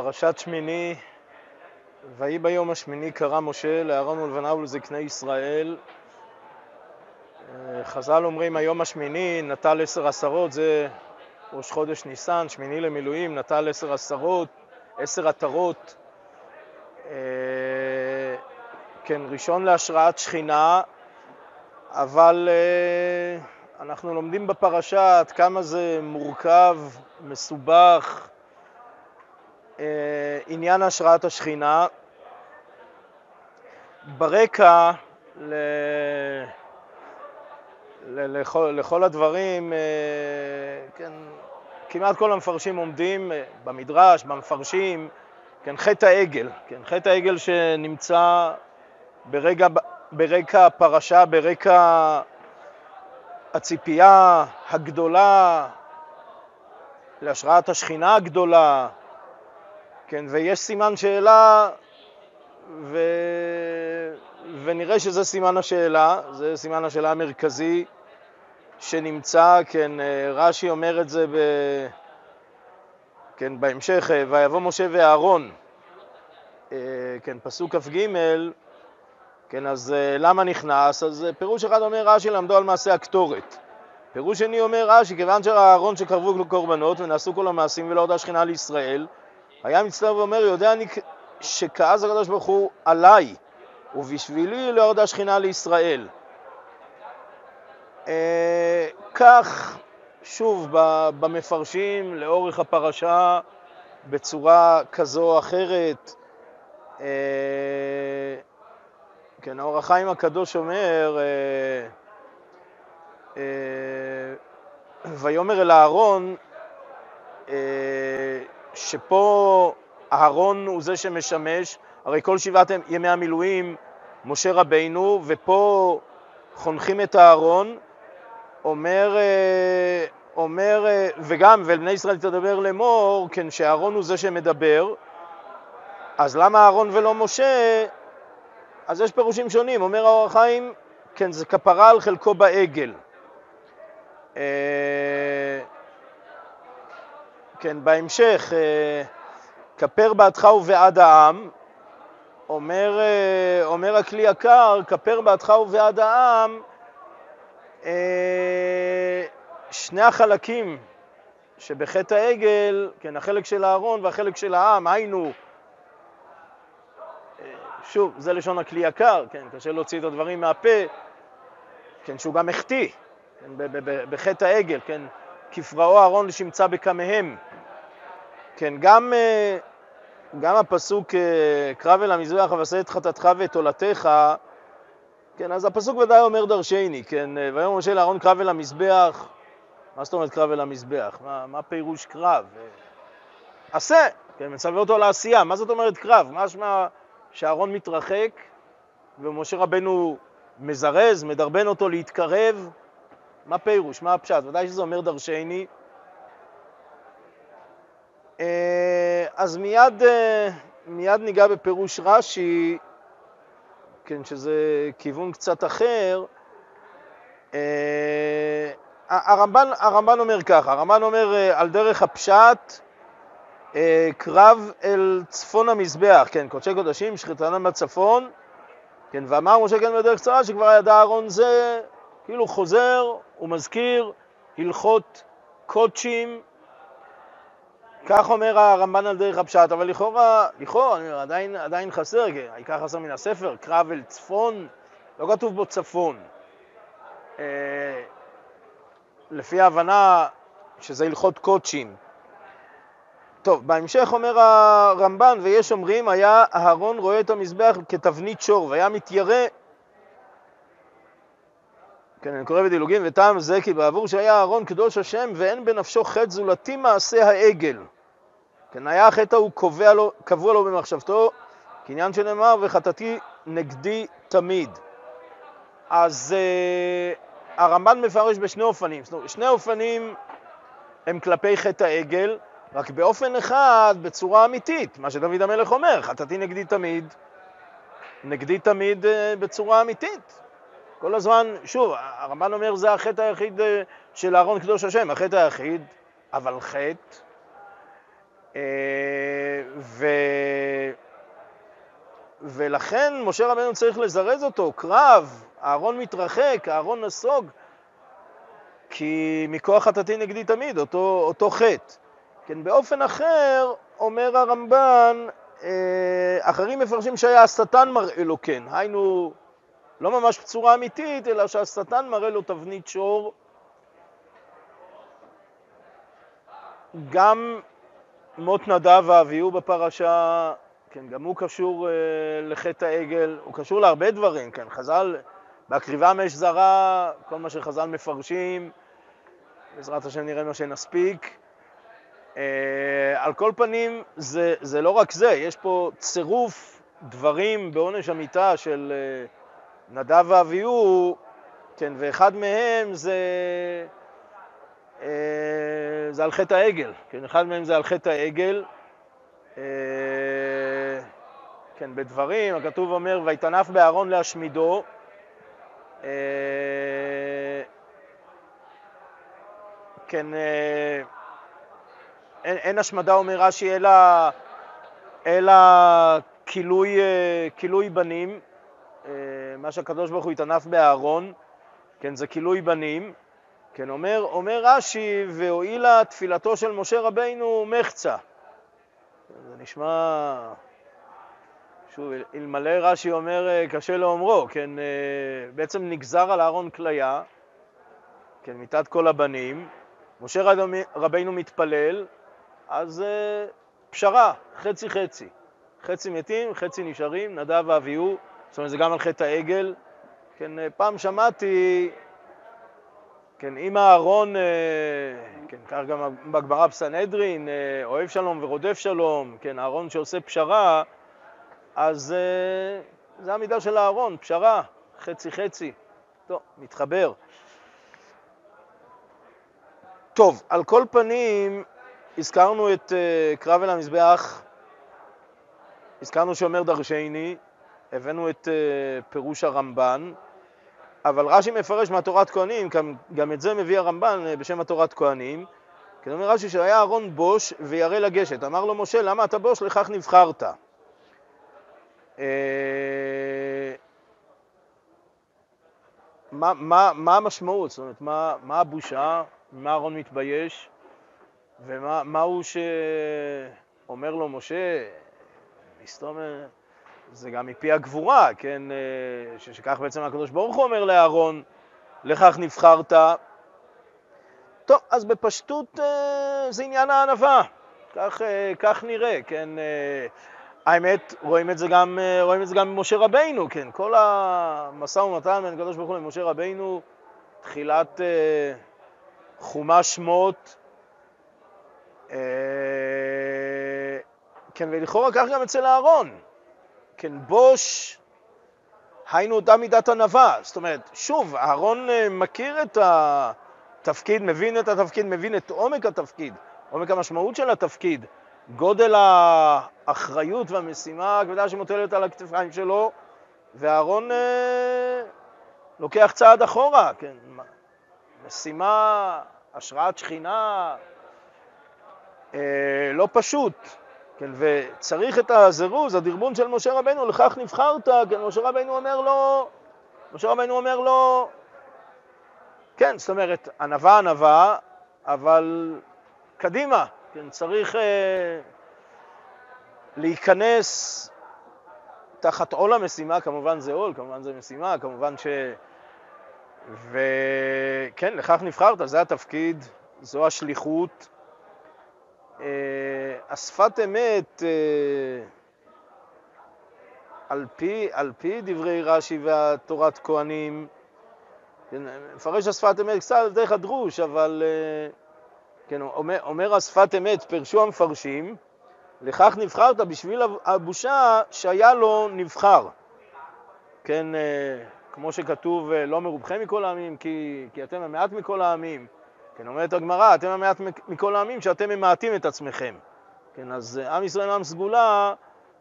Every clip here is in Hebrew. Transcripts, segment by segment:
פרשת שמיני, ויהי ביום השמיני קרא משה לאהרון ולבניו ולזקני ישראל. חז"ל אומרים היום השמיני נטל 10 עשרות, זה ראש חודש ניסן, שמיני למילואים, נטל 10 עשרות, 10 עטרות. כן, ראשון להשראת שכינה, אבל אנחנו לומדים בפרשה עד כמה זה מורכב, מסובך, עניין השראת השכינה. ברקע לכל הדברים, כן, כמעט כל המפרשים עומדים במדרש, במפרשים, כן, חטא העגל, כן, חטא העגל שנמצא ברקע הפרשה, ברקע הציפייה הגדולה להשראת השכינה הגדולה, כן, ויש סימן שאלה, ונראה שזה סימן השאלה, זה סימן השאלה המרכזי שנמצא, כן, רש"י אומר את זה כן, בהמשך, ויבוא משה ואהרון, כן, פסוק כ"ג, כן, אז למה נכנס? אז פירוש אחד אומר רש"י למדו על מעשה הקטורת. פירוש שני אומר רש"י, כיוון שאהרון שקרבו קורבנות ונעשו כל המעשים ולא הודה שכינה לישראל, היה מצטער ואומר, יודע אני שכעס הקדוש ברוך הוא עליי, ובשבילי לא הודה שכינה לישראל. כך, שוב, במפרשים, לאורך הפרשה, בצורה כזו או אחרת, כן, האור החיים הקדוש אומר, ויאמר אל אהרון, שפה אהרון הוא זה שמשמש, הרי כל 7 ימי המילואים משה רבינו, ופה חונכים את אהרון, אומר וגם ולבני ישראל תדבר לאמור, כן, שאהרון הוא זה שמדבר, אז למה אהרון ולא משה? אז יש פירושים שונים, אומר האור החיים, כן, זה כפרה על חלקו בעגל. כן, בהמשך, כפר בעדך ובעד העם, אומר הכלי יקר, כפר בעדך ובעד העם, שני החלקים שבחטא העגל, כן, החלק של אהרון והחלק של העם, היינו, שוב, זה לשון הכלי יקר, כן, קשה להוציא את הדברים מהפה, כן, שהוא גם החטיא, כן, בחטא העגל, כן, כפרעו אהרון לשמצה בקמיהם, כן, גם הפסוק קרב אל המזבח ועשה את חטאתך ואת עולתך, כן, אז הפסוק ודאי אומר דרשני, כן, ויאמר משה לאהרון קרב אל המזבח, מה זאת אומרת קרב אל המזבח? מה פירוש קרב? עשה, כן, מצווה אותו לעשייה, מה זאת אומרת קרב? משמע שאהרון מתרחק ומשה רבנו מזרז, מדרבן אותו להתקרב, מה פירוש? מה הפשט? ודאי שזה אומר דרשני. אז מיד ניגע בפירוש רש"י, כן, שזה כיוון קצת אחר. הרמב"ן אומר ככה, הרמב"ן אומר על דרך הפשט, קרב אל צפון המזבח, כן, קודשי קודשים, שחיטתם בצפון, כן, ואמר משה כן בדרך קצרה שכבר ידע אהרון זה, כאילו חוזר ומזכיר הלכות קודשים, כך אומר הרמב"ן על דרך הפשט, אבל לכאורה, עדיין חסר, העיקר חסר מן הספר, קרב אל צפון, לא כתוב בו צפון. לפי ההבנה שזה הלכות קודשים. טוב, בהמשך אומר הרמב"ן, ויש אומרים, היה אהרון רואה את המזבח כתבנית שור, והיה מתיירא. כן, אני קורא בדילוגים, וטעם זה כי בעבור שהיה אהרון קדוש השם, ואין בנפשו חטא זולתי מעשה העגל. כן, היה החטא הוא קבוע לו במחשבתו, כעניין שנאמר, וחטאתי נגדי תמיד. אז הרמב"ן מפרש בשני אופנים. שני אופנים הם כלפי חטא העגל, רק באופן אחד, בצורה אמיתית. מה שדוד המלך אומר, חטאתי נגדי תמיד בצורה אמיתית. כל הזמן, שוב, הרמב"ן אומר, זה החטא היחיד של אהרון קדוש השם, החטא היחיד, אבל חטא ולכן משה רבנו צריך לזרז אותו, קרב, אהרון מתרחק, אהרון נסוג, כי מכוח חטאתי נגדי תמיד, אותו חטא. כן, באופן אחר אומר הרמב"ן, אחרים מפרשים שהיה השטן מראה לו כן, היינו לא ממש בצורה אמיתית, אלא שהשטן מראה לו תבנית שור. גם מות נדב ואביהו בפרשה, כן, גם הוא קשור לחטא העגל, הוא קשור להרבה דברים, כן, חז"ל, בהקריבה מאש זרה, כל מה שחז"ל מפרשים, בעזרת השם נראה מה שנספיק. על כל פנים, זה לא רק זה, יש פה צירוף דברים בעונש המיתה של נדב ואביהו, כן, ואחד מהם זה על חטא העגל, כן, אחד מהם זה על חטא העגל, כן, בדברים, הכתוב אומר, ויתנף באהרון להשמידו, כן, אין השמדה אומר רש"י, אלא כילוי בנים, מה שהקדוש ברוך הוא יתנף באהרון, כן, זה כילוי בנים, כן, אומר רש"י, והועילה תפילתו של משה רבינו מחצה. זה נשמע, שוב, אלמלא רש"י אומר קשה לאומרו, כן, בעצם נגזר על אהרון כליה, כן, מיתת כל הבנים, משה רבינו מתפלל, אז פשרה, חצי חצי, חצי מתים, חצי נשארים, נדב ואביהו, זאת אומרת זה גם על חטא העגל, כן, פעם שמעתי, כן, אם אהרון, כן, כך גם בגמרא בסנהדרין, אוהב שלום ורודף שלום, כן, אהרון שעושה פשרה, אז זה המידה של אהרון, פשרה, חצי חצי, טוב, מתחבר. טוב, על כל פנים, הזכרנו את קרב אל המזבח, הזכרנו שאומר דרשני, הבאנו את פירוש הרמב"ן, אבל רש"י מפרש מהתורת כהנים, גם את זה מביא הרמב"ן בשם התורת כהנים, כי אומר רש"י שהיה אהרון בוש וירא לגשת, אמר לו משה, למה אתה בוש? לכך נבחרת. מה המשמעות? זאת אומרת, מה הבושה? מה אהרון מתבייש? ומה הוא שאומר לו משה, מסתום, זה גם מפי הגבורה, כן, שכך בעצם הקדוש ברוך הוא אומר לאהרון, לכך נבחרת. טוב, אז בפשטות זה עניין הענווה, כך נראה, כן, האמת, רואים את זה גם במשה רבינו, כן, כל המשא ומתן בין הקדוש ברוך הוא למשה רבינו, תחילת חומש שמות, כן, ולכאורה כך גם אצל אהרון, כן, בוש, היינו אותה מידת ענווה, זאת אומרת, שוב, אהרון מכיר את התפקיד, מבין את התפקיד, מבין את עומק התפקיד, עומק המשמעות של התפקיד, גודל האחריות והמשימה הכבדה שמוטלת על הכתפיים שלו, ואהרון לוקח צעד אחורה, כן, משימה, השראת שכינה, לא פשוט, כן, וצריך את הזירוז, הדרבון של משה רבינו, לכך נבחרת, כן, משה רבינו אומר לו, כן, זאת אומרת, ענווה, אבל קדימה, כן, צריך להיכנס תחת עול המשימה, כמובן זה עול, כמובן זה משימה, כמובן וכן, לכך נבחרת, זה התפקיד, זו השליחות. השפת אמת, על פי דברי רש"י והתורת כהנים, כן, מפרש השפת אמת קצת דרך הדרוש, אבל כן, אומר השפת אמת, פרשו המפרשים, לכך נבחרת בשביל הבושה שהיה לו נבחר. כן, כמו שכתוב, לא מרובכם מכל העמים, כי אתם המעט מכל העמים. כן, אומרת הגמרא, אתם המעט מכל העמים שאתם ממעטים את עצמכם. כן, אז עם ישראל עם סגולה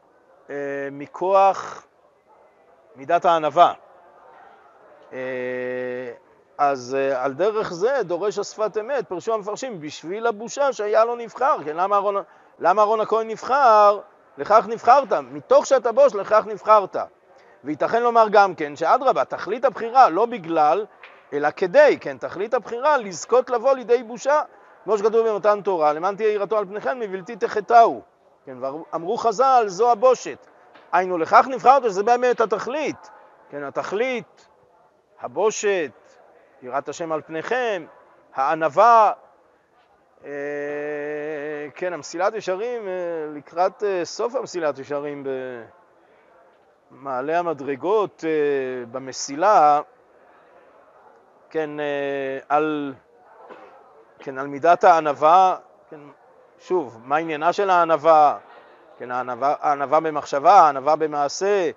מכוח מידת הענווה. אז על דרך זה דורש השפת אמת, פרשו המפרשים, בשביל הבושה שהיה לו נבחר. כן, למה אהרון הכהן נבחר? לכך נבחרת, מתוך שאתה בוש לכך נבחרת. וייתכן לומר גם כן שאדרבה, תכלית הבחירה לא בגלל, אלא כדי, כן, תכלית הבחירה לזכות לבוא לידי בושה, כמו שכתוב במתן תורה, למען תהיה יראתו על פניכם מבלתי תחטאו. כן, ואמרו חז"ל, זו הבושת. היינו לכך נבחרת, שזה באמת התכלית. כן, התכלית, הבושת, יראת השם על פניכם, הענווה, כן, המסילת ישרים, לקראת סוף המסילת ישרים במעלה המדרגות במסילה, כן, על מידת הענווה, כן, שוב, מה עניינה של הענווה? כן, הענווה במחשבה, הענווה במעשה,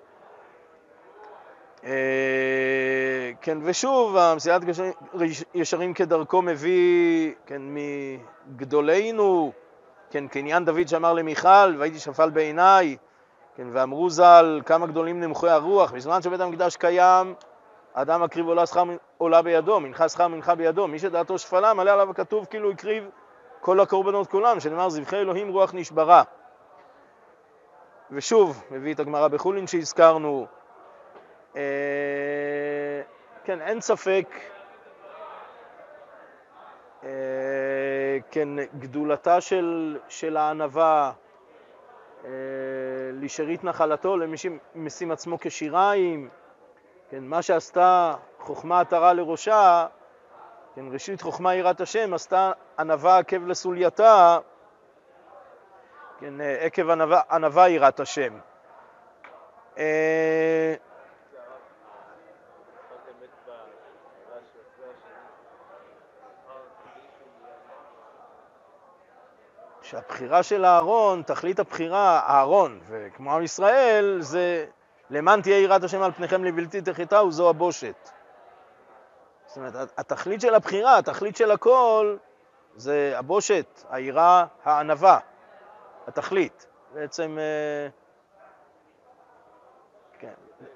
כן, ושוב, המסילת ישרים כדרכו מביא, כן, מגדולנו, כן, כעניין דוד שאמר למיכל, והייתי שפל בעיניי, כן, ואמרו ז"ל, כמה גדולים נמוכי הרוח, בזמן שבית המקדש קיים, האדם מקריב עולה בידו, מנחה שכר מנחה בידו, מי שדעתו שפלה, מלא עליו הכתוב כאילו הקריב כל הקורבנות כולם, שנאמר זבחי אלוהים רוח נשברה. ושוב, מביא את הגמרא בחולין שהזכרנו, כן, אין ספק, כן, גדולתה של הענווה, לשארית נחלתו, למי שמשים עצמו כשיריים, כן, מה שעשתה חוכמה עטרה לראשה, כן, ראשית חוכמה יראת השם, עשתה ענווה עקב לסולייתה, כן, עקב ענווה יראת השם. שהבחירה של אהרון, תכלית הבחירה, אהרון, וכמו עם ישראל, זה למען תהיה יראת השם על פניכם לבלתי תחטאו, זו הבושת. זאת אומרת, התכלית של הבחירה, התכלית של הכל, זה הבושת, היראה, הענווה, התכלית. בעצם, כן.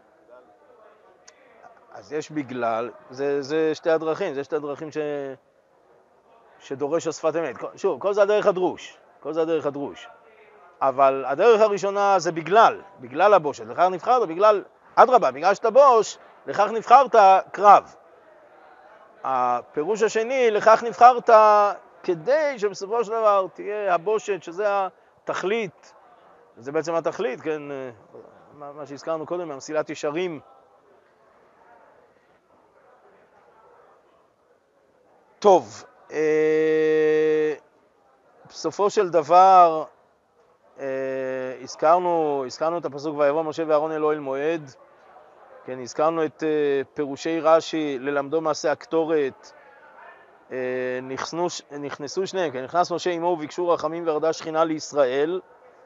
אז יש בגלל, זה שתי הדרכים, זה שתי הדרכים שדורש השפת אמת. שוב, כל זה הדרך הדרוש, כל זה הדרך הדרוש. אבל הדרך הראשונה זה בגלל הבושת. לכך נבחרת, אדרבה, בגלל שאתה בוש, לכך נבחרת קרב. הפירוש השני, לכך נבחרת כדי שבסופו של דבר תהיה הבושת, שזה התכלית. זה בעצם התכלית, כן, מה שהזכרנו קודם, מהמסילת ישרים. טוב, בסופו של דבר, הזכרנו את הפסוק ויבוא משה ואהרון אל אוהל מועד, כן, הזכרנו את פירושי רש"י ללמדו מעשה הקטורת, נכנסו שניהם, כן, נכנס משה עמו וביקשו רחמים וירדה שכינה לישראל,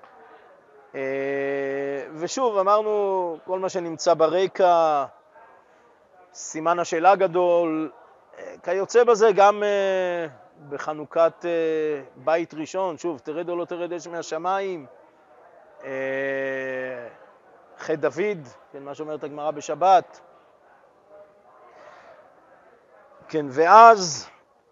ושוב אמרנו כל מה שנמצא ברקע, סימן השאלה גדול, כיוצא בזה גם בחנוכת בית ראשון, שוב, תרד או לא תרד אש מהשמיים, חטא דוד, כן, מה שאומרת הגמרא בשבת, כן, ואז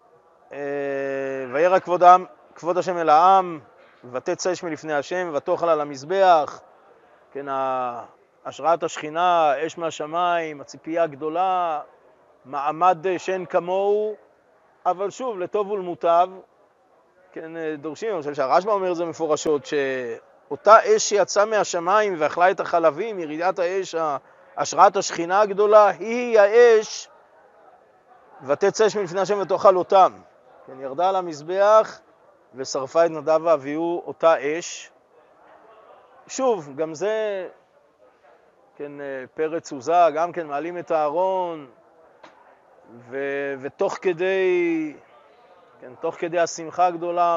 וירא כבוד השם אל העם, ותצא אש מלפני השם, ותאכל על המזבח, כן, השראת השכינה, אש מהשמיים, הציפייה הגדולה, מעמד שאין כמוהו, אבל שוב, לטוב ולמוטב, כן, דורשים, אני חושב שהרשב"א אומר זה מפורשות, שאותה אש שיצאה מהשמיים ואכלה את החלבים, ירידת האש, השראת השכינה הגדולה, היא האש, ותצא אש מלפני השם ותאכל אותם. כן, ירדה על המזבח ושרפה את נדב ואביהו אותה אש. שוב, גם זה, כן, פרץ עוזה, גם כן מעלים את הארון, ותוך כדי, כן, תוך כדי השמחה הגדולה,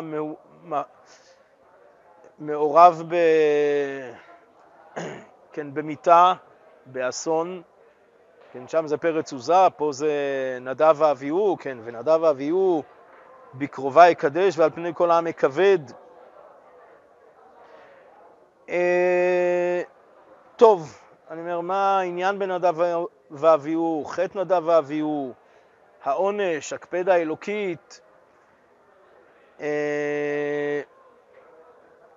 מעורב כן, במיתה, באסון, כן, שם זה פרץ עוזה, פה זה נדב ואביהו, כן, ונדב ואביהו בקרובה יקדש ועל פני כל העם יכבד. טוב, אני אומר, מה העניין בנדב ואביהו, חטא נדב ואביהו, העונש, הקפדה האלוקית,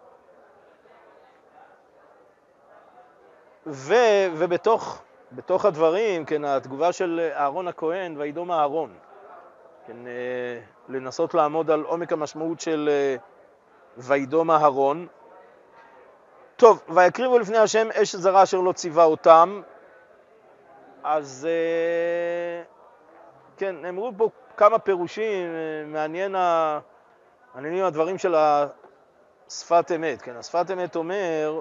בתוך הדברים, כן, התגובה של אהרון הכהן, וידום אהרון, כן, לנסות לעמוד על עומק המשמעות של וידום אהרון. טוב, ויקריבו לפני השם אש זרה אשר לא ציווה אותם. אז כן, נאמרו פה כמה פירושים, מעניינים הדברים של השפת אמת. כן, השפת אמת אומר,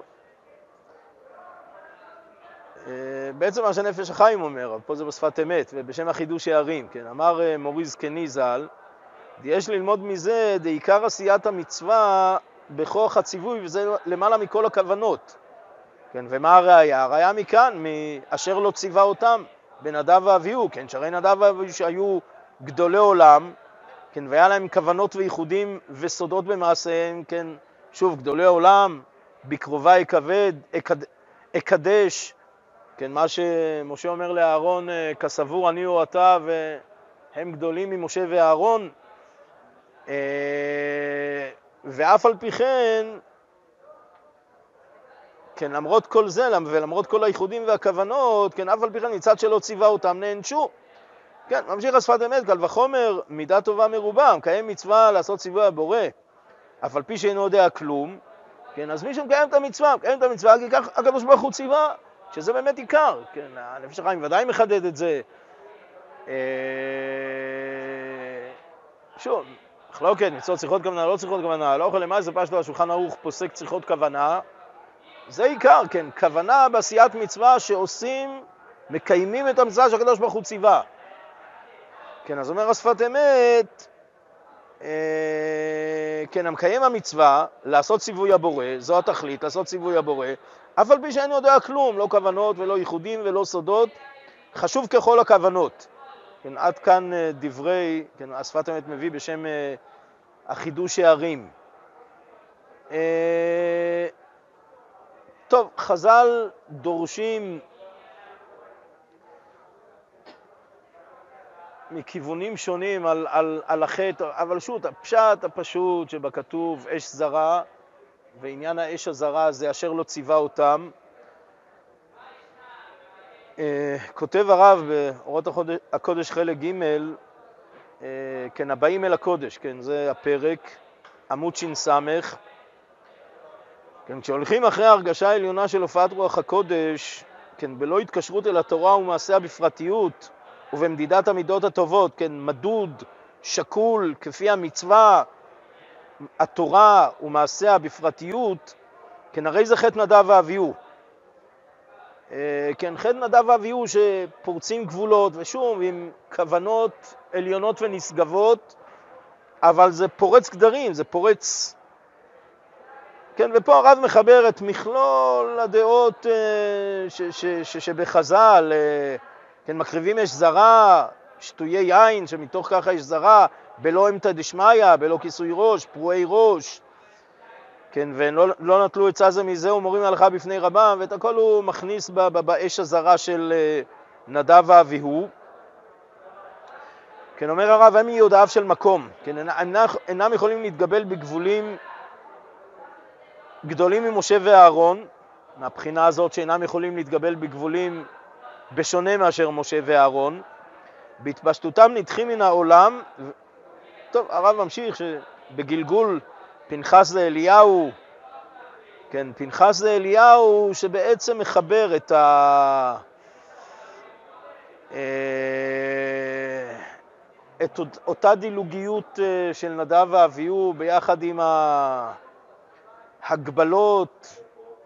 בעצם מה שנפש החיים אומר, פה זה בשפת אמת, ובשם החידוש הערים, כן, אמר מורי זקני ז"ל, יש ללמוד מזה, עיקר עשיית המצווה בכוח הציווי, וזה למעלה מכל הכוונות. כן, ומה הראיה? הראיה מכאן, מאשר לא ציווה אותם, בנדב ואביהו, כן, שהרי נדב ואביהו שהיו גדולי עולם, כן, והיה להם כוונות וייחודים וסודות במעשיהם, כן, שוב, גדולי עולם, בקרובה אקדש, כן, מה שמשה אומר לאהרון, כסבור אני או אתה, והם גדולים ממשה ואהרון, ואף על פי כן, כן, למרות כל זה, ולמרות כל הייחודים והכוונות, כן, אף על פי כן מצד שלא ציווה אותם נענשו. כן, ממשיך השפת אמת, קל וחומר, מידה טובה מרובה, מקיים מצווה לעשות ציווי הבורא, אף על פי שאינו יודע כלום, כן, אז מישהו מקיים את המצווה, כי כך הקדוש ברוך הוא ציווה, שזה באמת עיקר, כן, הנפש החיים ודאי מחדד את זה. שוב, מחלוקת, מצוות צריכות כוונה, לא צריכות כוונה, לא אוכל למה זה פשטו, השולחן ערוך פוסק צריכות כוונה, זה עיקר, כן, כוונה בעשיית מצווה שעושים, מקיימים את המצווה שהקדוש ברוך הוא ציווה. כן, אז אומר השפת אמת, כן, המקיים המצווה, לעשות ציווי הבורא, זו התכלית, לעשות ציווי הבורא, אף על פי שאין יודע כלום, לא כוונות ולא ייחודים ולא סודות, חשוב ככל הכוונות. כן, עד כאן דברי, כן, השפת אמת מביא בשם החידוש הערים. טוב, חז"ל דורשים מכיוונים שונים על החטא, אבל שוט, הפשט הפשוט שבכתוב אש זרה, ועניין האש הזרה זה אשר לא ציווה אותם. כותב הרב באורות הקודש חלק ג', כן, הבאים אל הקודש, כן, זה הפרק, עמוד ש"ס, כן, כשהולכים אחרי ההרגשה העליונה של הופעת רוח הקודש, כן, בלא התקשרות אל התורה ומעשיה בפרטיות, ובמדידת המידות הטובות, כן, מדוד, שקול, כפי המצווה, התורה ומעשיה בפרטיות, כן, הרי זה חטא נדב ואביהו. כן, חטא נדב ואביהו שפורצים גבולות, ושוב, עם כוונות עליונות ונשגבות, אבל זה פורץ גדרים, זה פורץ... כן, ופה הרב מחבר את מכלול הדעות שבחז"ל, כן, מקריבים אש זרה, שטויי יין, שמתוך ככה אש זרה, בלא אמתא דשמיא, בלא כיסוי ראש, פרועי ראש, כן, והם לא נטלו עצה זה מזה ומורים הלכה בפני רבם, ואת הכל הוא מכניס באש הזרה של נדב ואביהו. כן, אומר הרב, הם יודעיו של מקום, כן, אינם יכולים להתגבל בגבולים גדולים ממשה ואהרון, מהבחינה הזאת שאינם יכולים להתגבל בגבולים בשונה מאשר משה ואהרון, בהתפשטותם נדחים מן העולם. טוב, הרב ממשיך שבגלגול פנחס זה אליהו, כן, פנחס זה אליהו שבעצם מחבר את אותה דילוגיות של נדב ואביהו ביחד עם ההגבלות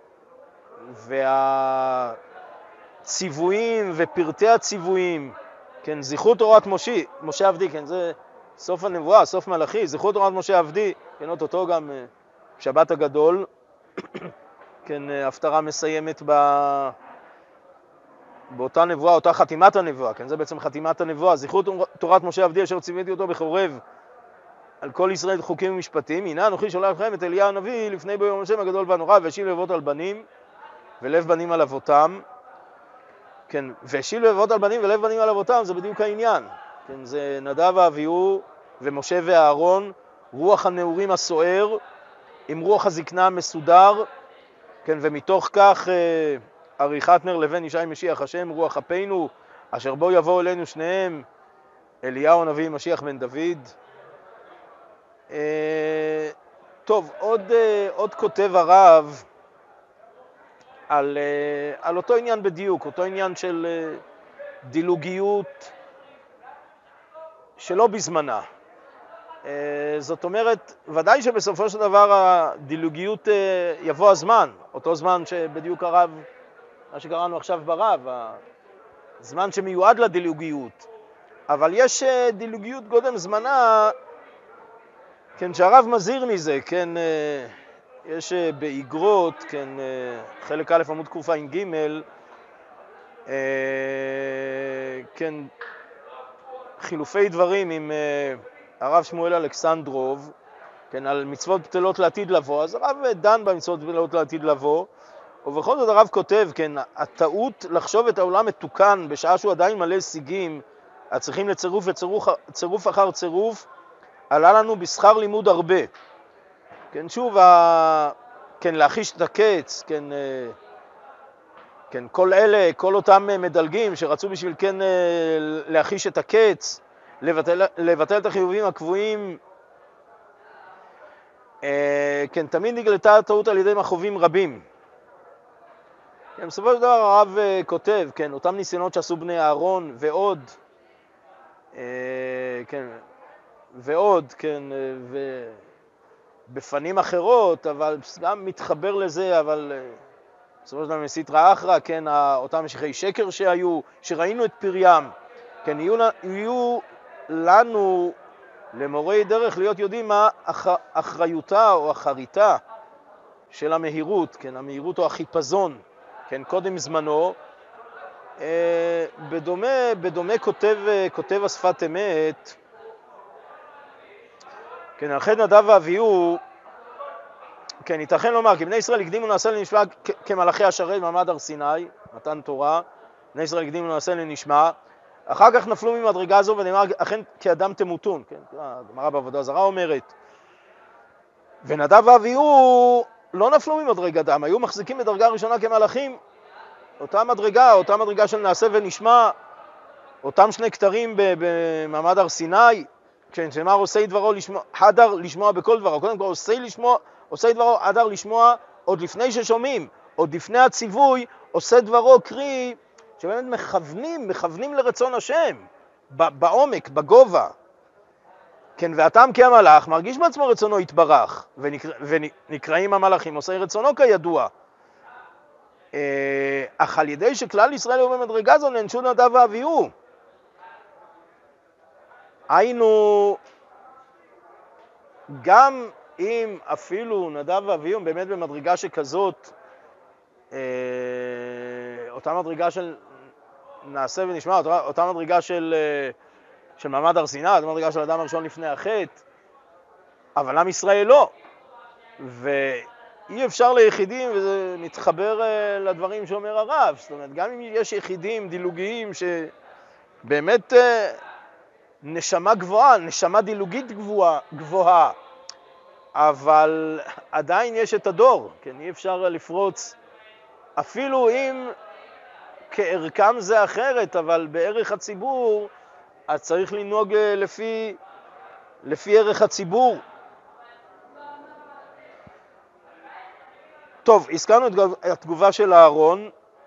והציוויים ופרטי הציוויים, כן, זכרו תורת משה עבדי, כן, זה סוף הנבואה, סוף מלאכי, זכרו תורת משה עבדי, כן, אותו גם שבת הגדול, כן, הפטרה מסיימת באותה נבואה, אותה חתימת הנבואה, כן, זה בעצם חתימת הנבואה, זכרו תורת משה עבדי אשר ציוויתי אותו בחורב על כל ישראל חוקים ומשפטים, הנה אנוכי שולח לכם את אליה הנביא לפני ביום השם הגדול והנורא, והשיב לבבות על בנים ולב בנים על אבותם, כן, והשיב לבבות על בנים ולב בנים על אבותם, זה בדיוק העניין, כן, זה נדב ואביהו ומשה ואהרון, רוח הנעורים הסוער עם רוח הזקנה המסודר, כן, ומתוך כך עריכת נר לבן ישי משיח השם רוח אפינו, אשר בו יבואו אלינו שניהם, אליהו הנביא משיח בן דוד. טוב, עוד כותב הרב על אותו עניין בדיוק, אותו עניין של דילוגיות שלא בזמנה. זאת אומרת, ודאי שבסופו של דבר הדילוגיות יבוא הזמן, אותו זמן שבדיוק הרב, מה שקראנו עכשיו ברב, הזמן שמיועד לדילוגיות. אבל יש דילוגיות קודם זמנה, כן, שהרב מזהיר מזה, כן, יש באיגרות, כן, חלק א' עמוד קע"ג, כן, חילופי דברים עם הרב שמואל אלכסנדרוב, כן, על מצוות בטלות לעתיד לבוא. אז הרב דן במצוות בטלות לעתיד לבוא, ובכל זאת הרב כותב, כן, הטעות לחשוב את העולם מתוקן בשעה שהוא עדיין מלא הישגים, הצריכים לצירוף וצירוף אחר צירוף, עלה לנו בשכר לימוד הרבה. כן, שוב, כן, להחיש את הקץ, כן, כן, כל אותם מדלגים שרצו בשביל כן להחיש את הקץ, לבטל את החיובים הקבועים, כן, תמיד נגלתה הטעות על ידי מחובים רבים. כן, בסופו של דבר הרב כותב, כן, אותם ניסיונות שעשו בני אהרון ועוד, כן, ועוד, כן, בפנים אחרות, אבל גם מתחבר לזה, אבל בסופו של דבר מסתרא אחרא, כן, אותם משיחי שקר שהיו, שראינו את פריים, כן, יהיו לנו, למורי דרך, להיות יודעים מה אחריותה או אחריתה של המהירות, כן, המהירות או החיפזון, כן, קודם זמנו. בדומה כותב השפת אמת, כן, על חטא נדב ואביהו, כן, ייתכן לומר, כי בני ישראל הקדימו נעשה לנשמע כמלאכי השרת במעמד הר סיני, מתן תורה, בני ישראל הקדימו נעשה לנשמע, אחר כך נפלו ממדרגה זו ונאמר, אכן כאדם תמותון, כן, הגמרא בעבודה זרה אומרת, ונדב ואביהו לא נפלו ממדרגתם, היו מחזיקים בדרגה ראשונה כמלאכים, אותה מדרגה של נעשה ונשמע, אותם שני כתרים במעמד הר סיני, כן, שאמר עושי דברו הדר לשמוע בכל דברו, קודם כל עושי דברו הדר לשמוע עוד לפני ששומעים, עוד לפני הציווי, עושה דברו קרי, שבאמת מכוונים לרצון השם, בעומק, בגובה. כן, והתם כמלאך מרגיש בעצמו רצונו יתברך, ונקראים המלאכים עושי רצונו כידוע. אך על ידי שכלל ישראל היו במדרגה זו נענשו נדב ואביהו. היינו, גם אם אפילו נדב ואביהו באמת במדרגה שכזאת, אותה מדרגה של נעשה ונשמע, אותה מדרגה של מעמד הר סיני, אותה מדרגה של אדם הראשון לפני החטא, אבל עם ישראל לא. ואי אפשר ליחידים, וזה מתחבר לדברים שאומר הרב, זאת אומרת, גם אם יש יחידים דילוגיים שבאמת נשמה גבוהה, נשמה דילוגית גבוהה, אבל עדיין יש את הדור, כן, אי אפשר לפרוץ, אפילו אם כערכם זה אחרת, אבל בערך הציבור, אז צריך לנהוג לפי ערך הציבור. טוב, הזכרנו את התגובה של אהרון,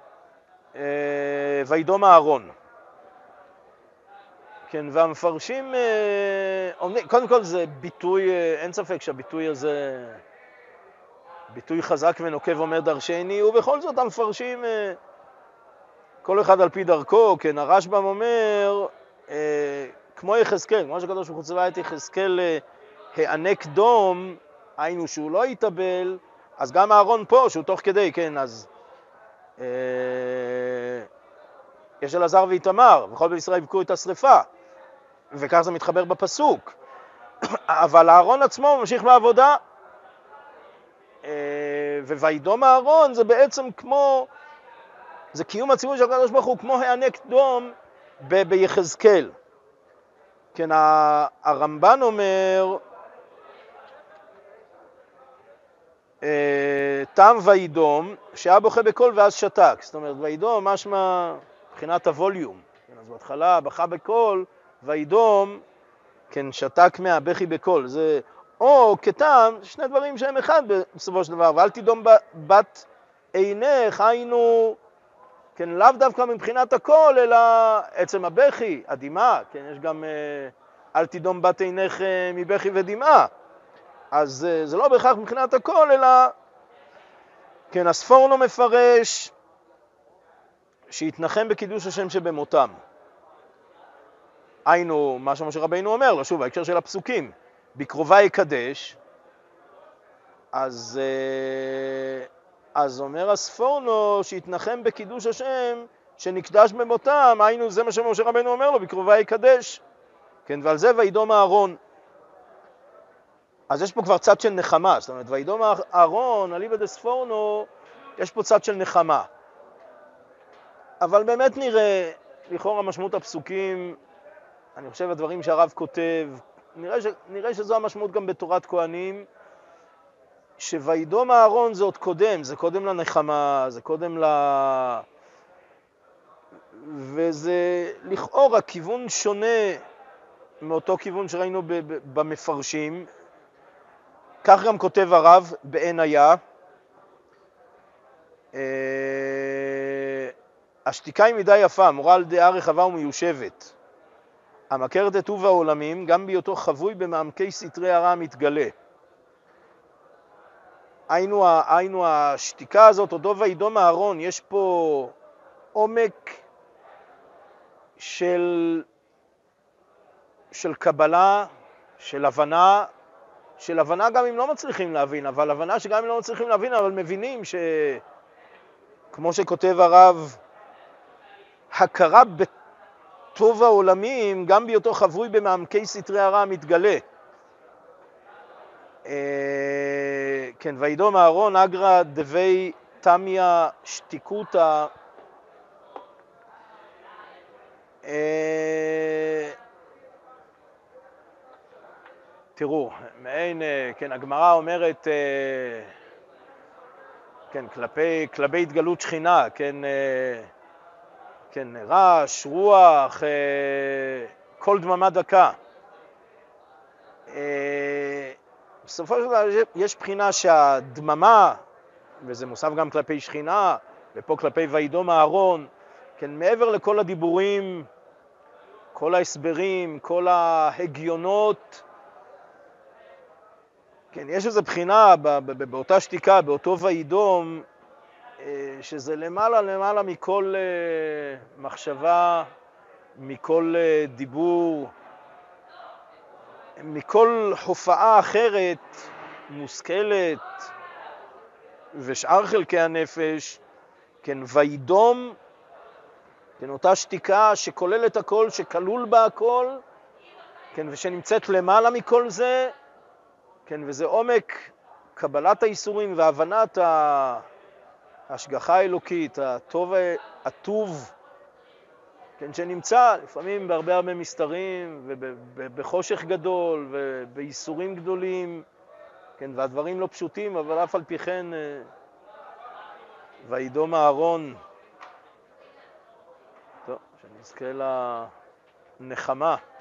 וידום אהרון. כן, והמפרשים, קודם כל זה ביטוי, אין ספק שהביטוי הזה, ביטוי חזק ונוקב אומר דרשני, ובכל זאת המפרשים, כל אחד על פי דרכו, כן, הרשב"ם אומר, כמו יחזקאל, כמו שקדוש ברוך הוא ציווה את יחזקאל הענק דום, היינו שהוא לא יתאבל, אז גם אהרון פה, שהוא תוך כדי, כן, אז יש אלעזר ואיתמר, וכל בני ישראל יבכו את השריפה, וכך זה מתחבר בפסוק. אבל אהרון עצמו ממשיך בעבודה, ווידום אהרון זה בעצם כמו, זה קיום הציווי של הקדוש ברוך הוא, כמו הענק דום ביחזקאל. כן, הרמב"ן אומר, טעם וידום, שהיה בוכה בקול ואז שתק. זאת אומרת, וידום משמע מבחינת הווליום. אז בהתחלה בכה בקול, וידום, כן, שתק מהבכי בקול. זה או כטעם, שני דברים שהם אחד בסופו של דבר. ואל תדום בת עינך, היינו, כן, לאו דווקא מבחינת הקול, אלא עצם הבכי, הדמעה. כן, יש גם אל תדום בת עינך מבכי ודמעה. אז זה לא בהכרח מבחינת הקול, אלא, כן, הספורנו מפרש שיתנחם בקידוש השם שבמותם. היינו, מה שמשה רבינו אומר לו, שוב, ההקשר של הפסוקים, בקרובה יקדש, אז אומר הספורנו שיתנחם בקידוש השם שנקדש במותם, היינו, זה מה שמשה רבינו אומר לו, בקרובה יקדש, כן, ועל זה וידום אהרון. אז יש פה כבר צד של נחמה, זאת אומרת, וידום אהרון, אליבא דספורנו, יש פה צד של נחמה. אבל באמת נראה, לכאורה משמעות הפסוקים, אני חושב הדברים שהרב כותב, נראה שזו המשמעות גם בתורת כהנים, שוידום אהרון זה עוד קודם, זה קודם לנחמה, זה קודם וזה לכאורה כיוון שונה מאותו כיוון שראינו במפרשים, כך גם כותב הרב בעין היה, השתיקה היא מדי יפה, מורה על דעה רחבה ומיושבת. המכרת את טוב העולמים, גם בהיותו חבוי במעמקי סתרי הרע המתגלה. היינו השתיקה הזאת, הודו וידום אהרון, יש פה עומק של קבלה, של הבנה גם אם לא מצליחים להבין, אבל הבנה שגם אם לא מצליחים להבין, אבל מבינים כמו שכותב הרב, הכרה בטוב העולמים, גם בהיותו חבוי במעמקי סתרי הרע המתגלה. כן, וידום אהרון אגרא דבי תמיה שתיקותא, תראו, מעין, כן, הגמרא אומרת, כן, כלפי התגלות שכינה, כן, כן, רעש, רוח, כל דממה דקה. בסופו של דבר יש בחינה שהדממה, וזה מוסף גם כלפי שכינה, ופה כלפי וידום אהרון, כן, מעבר לכל הדיבורים, כל ההסברים, כל ההגיונות, כן, יש איזו בחינה באותה שתיקה, באותו וידום, שזה למעלה מכל מחשבה, מכל דיבור, מכל הופעה אחרת, מושכלת, ושאר חלקי הנפש, כן, וידום, כן, אותה שתיקה שכוללת הכל, שכלול בה הכל, כן, ושנמצאת למעלה מכל זה, כן, וזה עומק קבלת האיסורים והבנת ההשגחה האלוקית, הטוב, כן, שנמצא לפעמים בהרבה מסתרים ובחושך גדול ובאיסורים גדולים, כן, והדברים לא פשוטים, אבל אף על פי כן וידום אהרון, טוב, שנזכה לנחמה.